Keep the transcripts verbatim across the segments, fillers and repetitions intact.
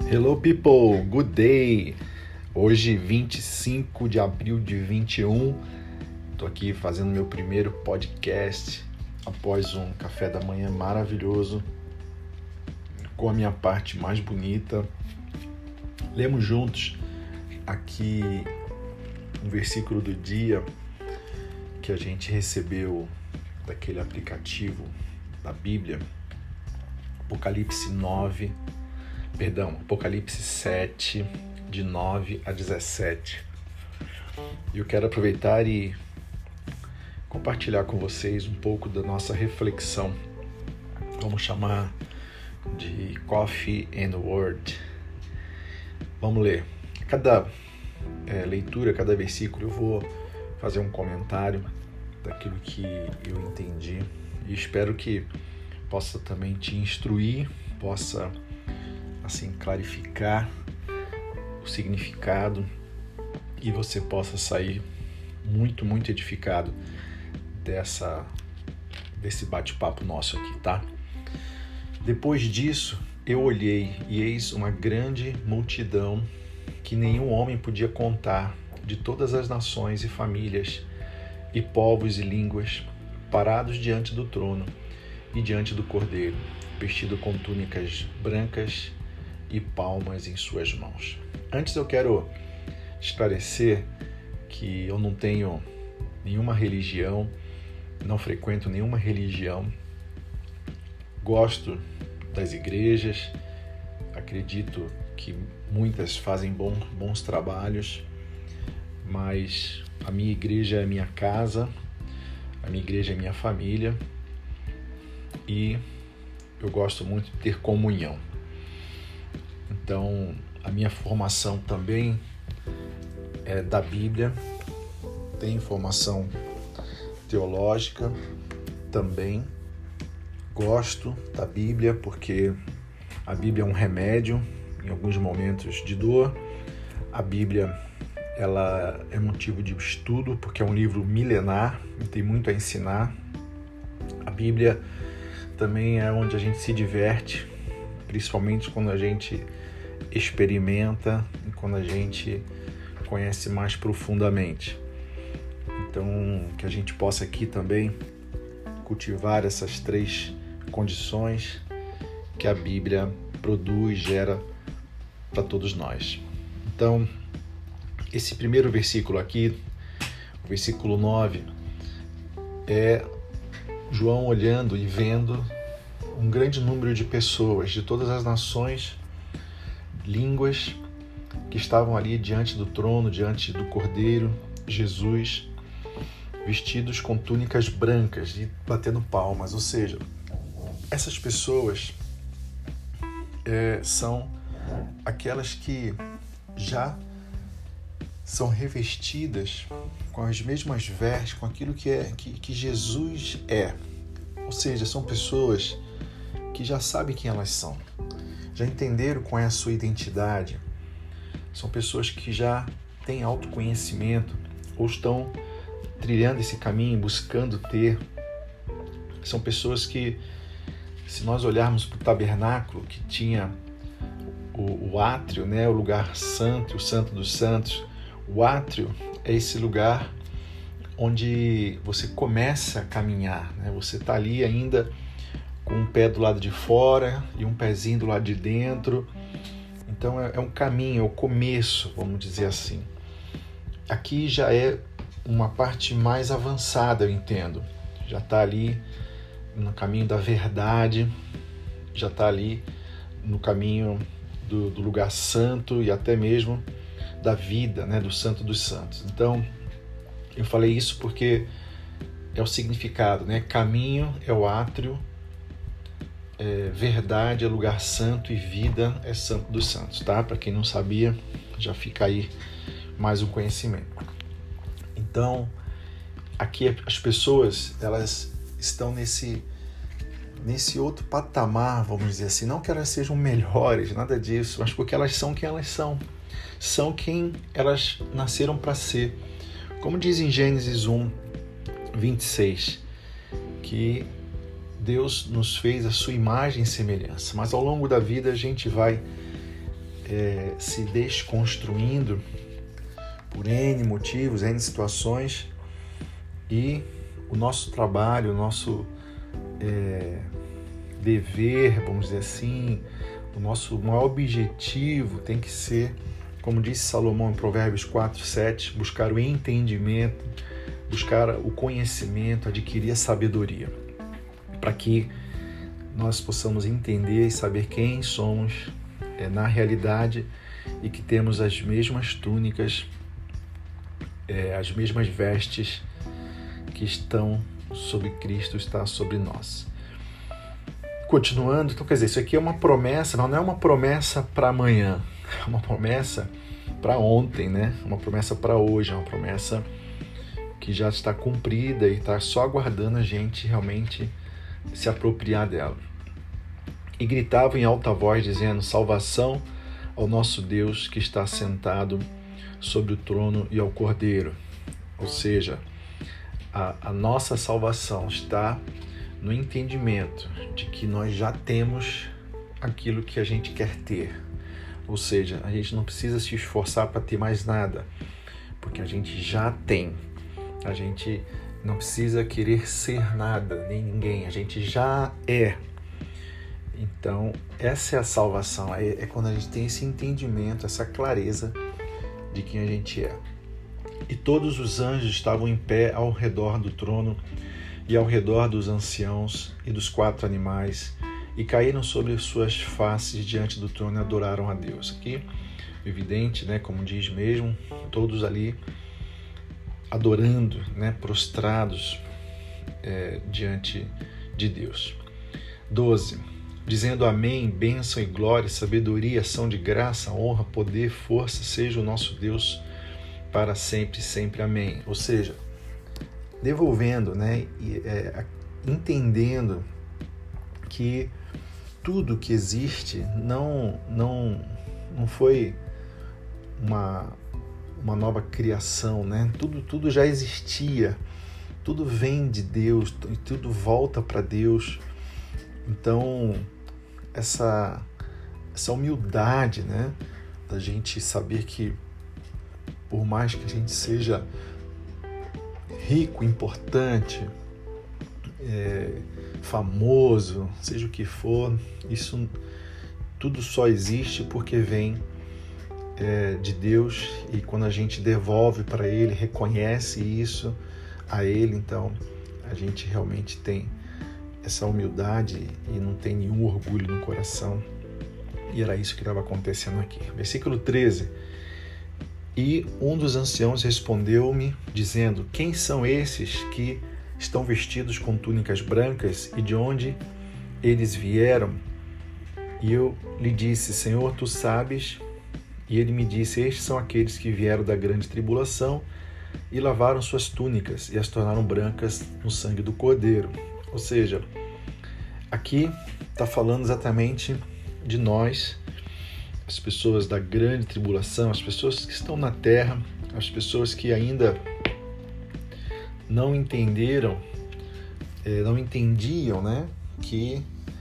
Hello people, good day! Hoje, vinte e cinco de abril de vinte e um, estou aqui fazendo meu primeiro podcast após um café da manhã maravilhoso, com a minha parte mais bonita. Lemos juntos aqui um versículo do dia que a gente recebeu daquele aplicativo da Bíblia, Apocalipse nove, perdão, Apocalipse sete, de nove a dezessete. E eu quero aproveitar e compartilhar com vocês um pouco da nossa reflexão. Vamos chamar de Coffee and Word. Vamos ler. Cada é, leitura, cada versículo, eu vou fazer um comentário daquilo que eu entendi e espero que possa também te instruir, possa assim clarificar o significado e você possa sair muito, muito edificado dessa, desse bate-papo nosso aqui, tá? Depois disso, eu olhei e eis uma grande multidão que nenhum homem podia contar, de todas as nações e famílias e povos e línguas, parados diante do trono e diante do Cordeiro, vestido com túnicas brancas e palmas em suas mãos. Antes eu quero esclarecer que eu não tenho nenhuma religião, não frequento nenhuma religião, gosto das igrejas, acredito que muitas fazem bom, bons trabalhos, mas a minha igreja é minha casa, a minha igreja é minha família e eu gosto muito de ter comunhão. Então, a minha formação também é da Bíblia, tem formação teológica também. Gosto da Bíblia porque a Bíblia é um remédio em alguns momentos de dor. A Bíblia ela é motivo de estudo porque é um livro milenar e tem muito a ensinar. A Bíblia também é onde a gente se diverte, principalmente quando a gente experimenta e quando a gente conhece mais profundamente. Então, que a gente possa aqui também cultivar essas três condições que a Bíblia produz, gera para todos nós. Então, esse primeiro versículo aqui, o versículo nove, é João olhando e vendo um grande número de pessoas de todas as nações, línguas, que estavam ali diante do trono, diante do Cordeiro, Jesus, vestidos com túnicas brancas e batendo palmas. Ou seja, essas pessoas é, são aquelas que já são revestidas com as mesmas vestes, com aquilo que, é, que, que Jesus é. Ou seja, são pessoas que já sabem quem elas são, já entenderam qual é a sua identidade. São pessoas que já têm autoconhecimento ou estão trilhando esse caminho, buscando ter. São pessoas que, se nós olharmos para o tabernáculo, que tinha o, o átrio, né, o lugar santo, o santo dos santos. O átrio é esse lugar onde você começa a caminhar, né? Você está ali ainda com um pé do lado de fora e um pezinho do lado de dentro. Então é, é um caminho, é o começo, vamos dizer assim. Aqui já é uma parte mais avançada, eu entendo. Já está ali no caminho da verdade, já está ali no caminho do, do lugar santo e até mesmo da vida, né, do santo dos santos. Então, eu falei isso porque é o significado, né? Caminho é o átrio, é, verdade é lugar santo e vida é santo dos santos, tá? Para quem não sabia, já fica aí mais um conhecimento. Então, aqui as pessoas, elas estão nesse, nesse outro patamar, vamos dizer assim, não que elas sejam melhores, nada disso, mas porque elas são quem elas são, são quem elas nasceram para ser. Como diz em Gênesis um, vinte e seis, que Deus nos fez a sua imagem e semelhança, mas ao longo da vida a gente vai é, se desconstruindo por N motivos, N situações, e o nosso trabalho, o nosso é, dever, vamos dizer assim, o nosso maior objetivo tem que ser, como disse Salomão em Provérbios quatro, sete, buscar o entendimento, buscar o conhecimento, adquirir a sabedoria, para que nós possamos entender e saber quem somos é, na realidade, e que temos as mesmas túnicas, é, as mesmas vestes que estão sobre Cristo, está sobre nós. Continuando, então quer dizer, isso aqui é uma promessa, não é uma promessa para amanhã, é uma promessa para ontem, né? Uma promessa para hoje, é uma promessa que já está cumprida e está só aguardando a gente realmente se apropriar dela. E gritavam em alta voz, dizendo: salvação ao nosso Deus que está sentado sobre o trono e ao Cordeiro. Ou seja, a, a nossa salvação está no entendimento de que nós já temos aquilo que a gente quer ter. Ou seja, a gente não precisa se esforçar para ter mais nada, porque a gente já tem. A gente não precisa querer ser nada, nem ninguém. A gente já é. Então, essa é a salvação. É, é quando a gente tem esse entendimento, essa clareza de quem a gente é. E todos os anjos estavam em pé ao redor do trono e ao redor dos anciãos e dos quatro animais, e caíram sobre suas faces diante do trono e adoraram a Deus. Aqui, evidente, né, como diz mesmo, todos ali adorando, né, prostrados é, diante de Deus. doze. Dizendo amém, bênção e glória, sabedoria, ação de graça, honra, poder, força, seja o nosso Deus para sempre, sempre. Amém. Ou seja, devolvendo, né, e, é, entendendo que tudo que existe não, não, não foi uma, uma nova criação, né? Tudo, tudo já existia, tudo vem de Deus, tudo volta para Deus. Então, essa, essa humildade, né, da gente saber que, por mais que a gente seja rico, importante, é, famoso, seja o que for, isso tudo só existe porque vem é, de Deus, e quando a gente devolve para Ele, reconhece isso a Ele, então a gente realmente tem essa humildade e não tem nenhum orgulho no coração. E era isso que estava acontecendo aqui. Versículo treze. E um dos anciãos respondeu-me, dizendo: quem são esses que estão vestidos com túnicas brancas, e de onde eles vieram? E eu lhe disse: Senhor, tu sabes. E ele me disse: estes são aqueles que vieram da grande tribulação e lavaram suas túnicas e as tornaram brancas no sangue do Cordeiro. Ou seja, aqui está falando exatamente de nós, as pessoas da grande tribulação, as pessoas que estão na terra, as pessoas que ainda não entenderam, não entendiam, né, que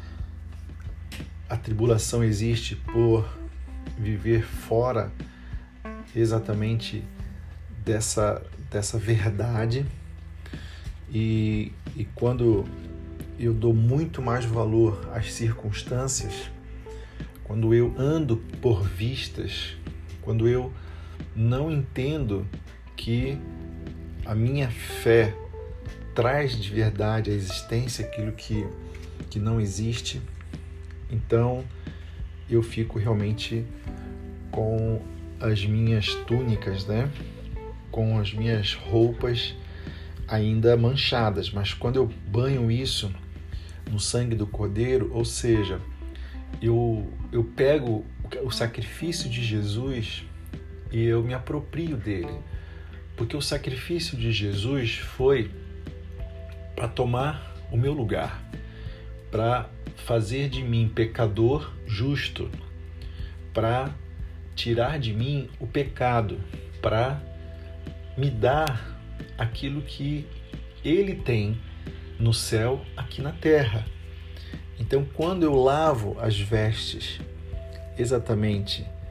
a tribulação existe por viver fora exatamente dessa, dessa verdade. E, e quando eu dou muito mais valor às circunstâncias, quando eu ando por vistas, quando eu não entendo que a minha fé traz de verdade à existência aquilo que, que não existe, então eu fico realmente com as minhas túnicas, né? Com as minhas roupas ainda manchadas, mas quando eu banho isso no sangue do Cordeiro, ou seja, eu, eu pego o sacrifício de Jesus e eu me aproprio dele, porque o sacrifício de Jesus foi para tomar o meu lugar, para fazer de mim pecador justo, para tirar de mim o pecado, para me dar aquilo que Ele tem no céu, aqui na terra. Então, quando eu lavo as vestes exatamente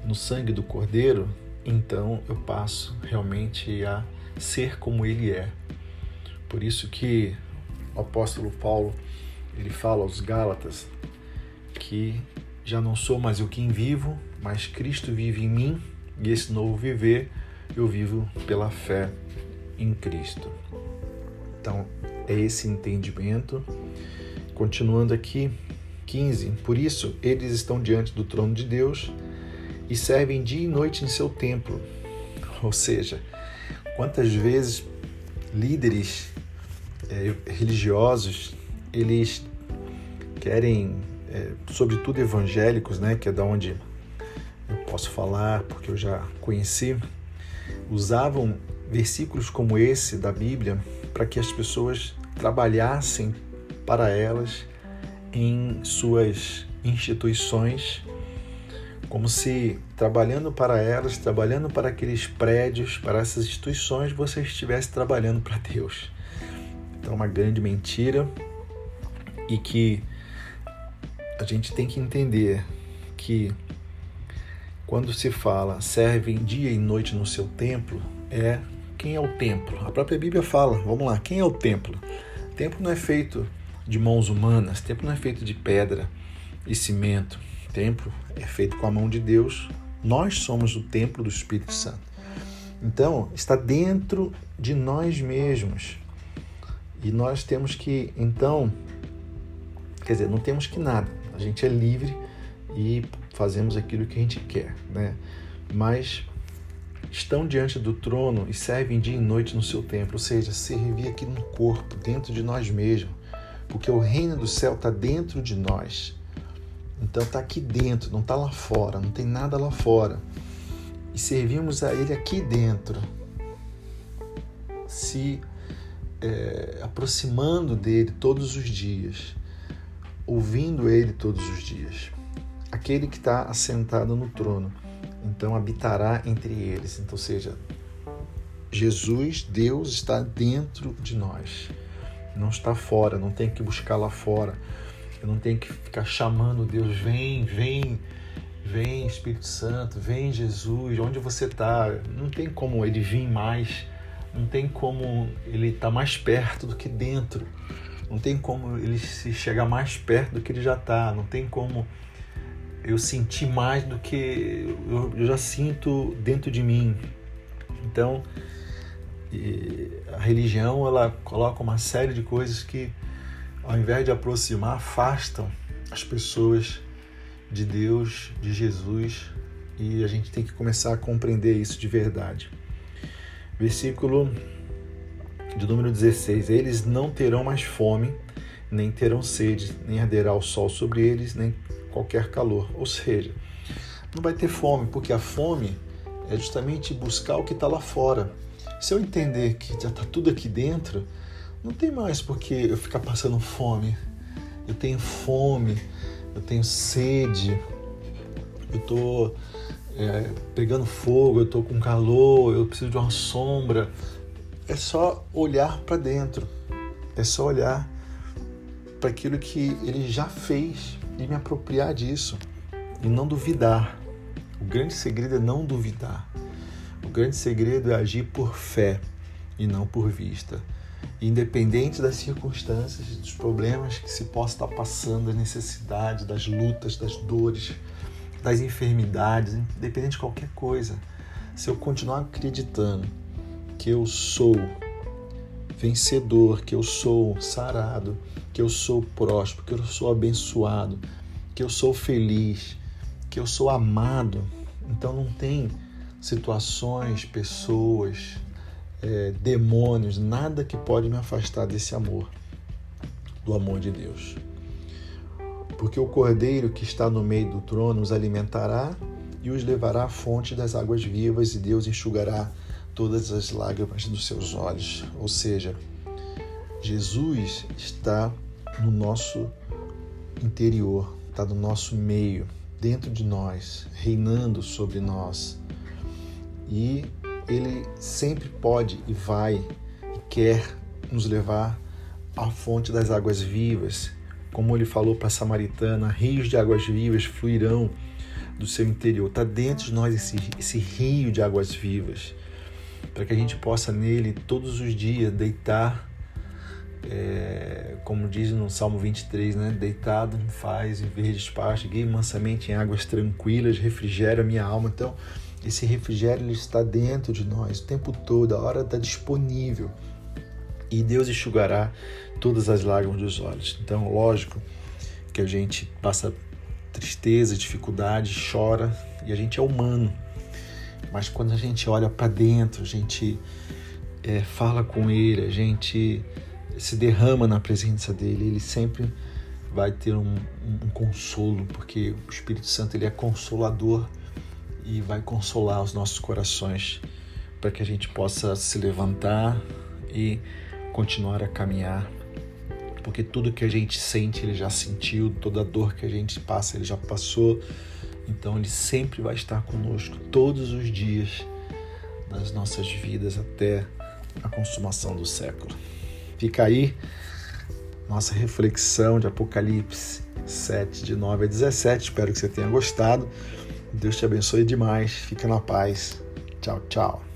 no sangue do Cordeiro, então eu passo realmente a ser como Ele é. Por isso que o apóstolo Paulo, ele fala aos Gálatas que já não sou mais eu quem vivo, mas Cristo vive em mim, e esse novo viver eu vivo pela fé em Cristo. Então, é esse entendimento. Continuando aqui, quinze. Por isso, eles estão diante do trono de Deus e servem dia e noite em seu templo. Ou seja, quantas vezes líderes é, religiosos, eles querem, é, sobretudo evangélicos, né, que é da onde eu posso falar, porque eu já conheci, usavam versículos como esse da Bíblia para que as pessoas trabalhassem para elas em suas instituições, como se trabalhando para elas, trabalhando para aqueles prédios, para essas instituições, você estivesse trabalhando para Deus. Então, é uma grande mentira, e que a gente tem que entender que quando se fala servem dia e noite no seu templo, é quem é o templo? A própria Bíblia fala, vamos lá, quem é o templo? O templo não é feito de mãos humanas, o templo não é feito de pedra e cimento, o templo é feito com a mão de Deus, nós somos o templo do Espírito Santo. Então, está dentro de nós mesmos, e nós temos que, então, quer dizer, não temos que nada, a gente é livre e fazemos aquilo que a gente quer, né? Mas estão diante do trono e servem dia e noite no seu templo, ou seja, servir aqui no corpo, dentro de nós mesmos, porque o reino do céu está dentro de nós. Então está aqui dentro, não está lá fora, não tem nada lá fora. E servimos a Ele aqui dentro, se é, aproximando dEle todos os dias, ouvindo Ele todos os dias. Aquele que está assentado no trono, então habitará entre eles. Então, ou seja, Jesus, Deus, está dentro de nós, não está fora, não tem que buscar lá fora, eu não tenho que ficar chamando Deus, vem, vem, vem Espírito Santo, vem Jesus, onde você está? Não tem como Ele vir mais, não tem como Ele estar mais perto do que dentro, não tem como Ele se chegar mais perto do que Ele já está, não tem como eu sentir mais do que eu já sinto dentro de mim. Então, a religião, ela coloca uma série de coisas que, ao invés de aproximar, afastam as pessoas de Deus, de Jesus, e a gente tem que começar a compreender isso de verdade. Versículo de número dezesseis. Eles não terão mais fome, nem terão sede, nem arderá o sol sobre eles, nem qualquer calor. Ou seja, não vai ter fome, porque a fome é justamente buscar o que está lá fora. Se eu entender que já está tudo aqui dentro, não tem mais porque eu ficar passando fome. Eu tenho fome, eu tenho sede, eu estou é, pegando fogo, eu estou com calor, eu preciso de uma sombra. É só olhar para dentro, é só olhar para aquilo que Ele já fez e me apropriar disso e não duvidar. O grande segredo é não duvidar. O grande segredo é agir por fé e não por vista. Independente das circunstâncias, dos problemas que se possa estar passando, das necessidades, das lutas, das dores, das enfermidades, independente de qualquer coisa, se eu continuar acreditando que eu sou vencedor, que eu sou sarado, que eu sou próspero, que eu sou abençoado, que eu sou feliz, que eu sou amado, então não tem situações, pessoas, é, demônios, nada que pode me afastar desse amor, do amor de Deus. Porque o Cordeiro que está no meio do trono os alimentará e os levará à fonte das águas vivas, e Deus enxugará todas as lágrimas dos seus olhos. Ou seja, Jesus está no nosso interior, está no nosso meio, dentro de nós, reinando sobre nós. E Ele sempre pode e vai e quer nos levar à fonte das águas vivas. Como Ele falou para a samaritana, rios de águas vivas fluirão do seu interior. Está dentro de nós esse, esse rio de águas vivas, para que a gente possa nele todos os dias deitar, é, como diz no Salmo vinte e três, né? Deitado em faz em verdes pastos, guie mansamente em águas tranquilas, refrigera a minha alma. Então, esse refrigério ele está dentro de nós o tempo todo, a hora está disponível. E Deus enxugará todas as lágrimas dos olhos. Então, lógico que a gente passa tristeza, dificuldade, chora, e a gente é humano. Mas quando a gente olha para dentro, a gente é, fala com Ele, a gente se derrama na presença dEle, Ele sempre vai ter um, um, um consolo, porque o Espírito Santo ele é consolador e vai consolar os nossos corações para que a gente possa se levantar e continuar a caminhar, porque tudo que a gente sente ele já sentiu, toda dor que a gente passa ele já passou. Então ele sempre vai estar conosco todos os dias das nossas vidas até a consumação do século. Fica aí nossa reflexão de Apocalipse sete, de nove a dezessete. Espero que você tenha gostado. Deus te abençoe demais. Fica na paz. Tchau, tchau.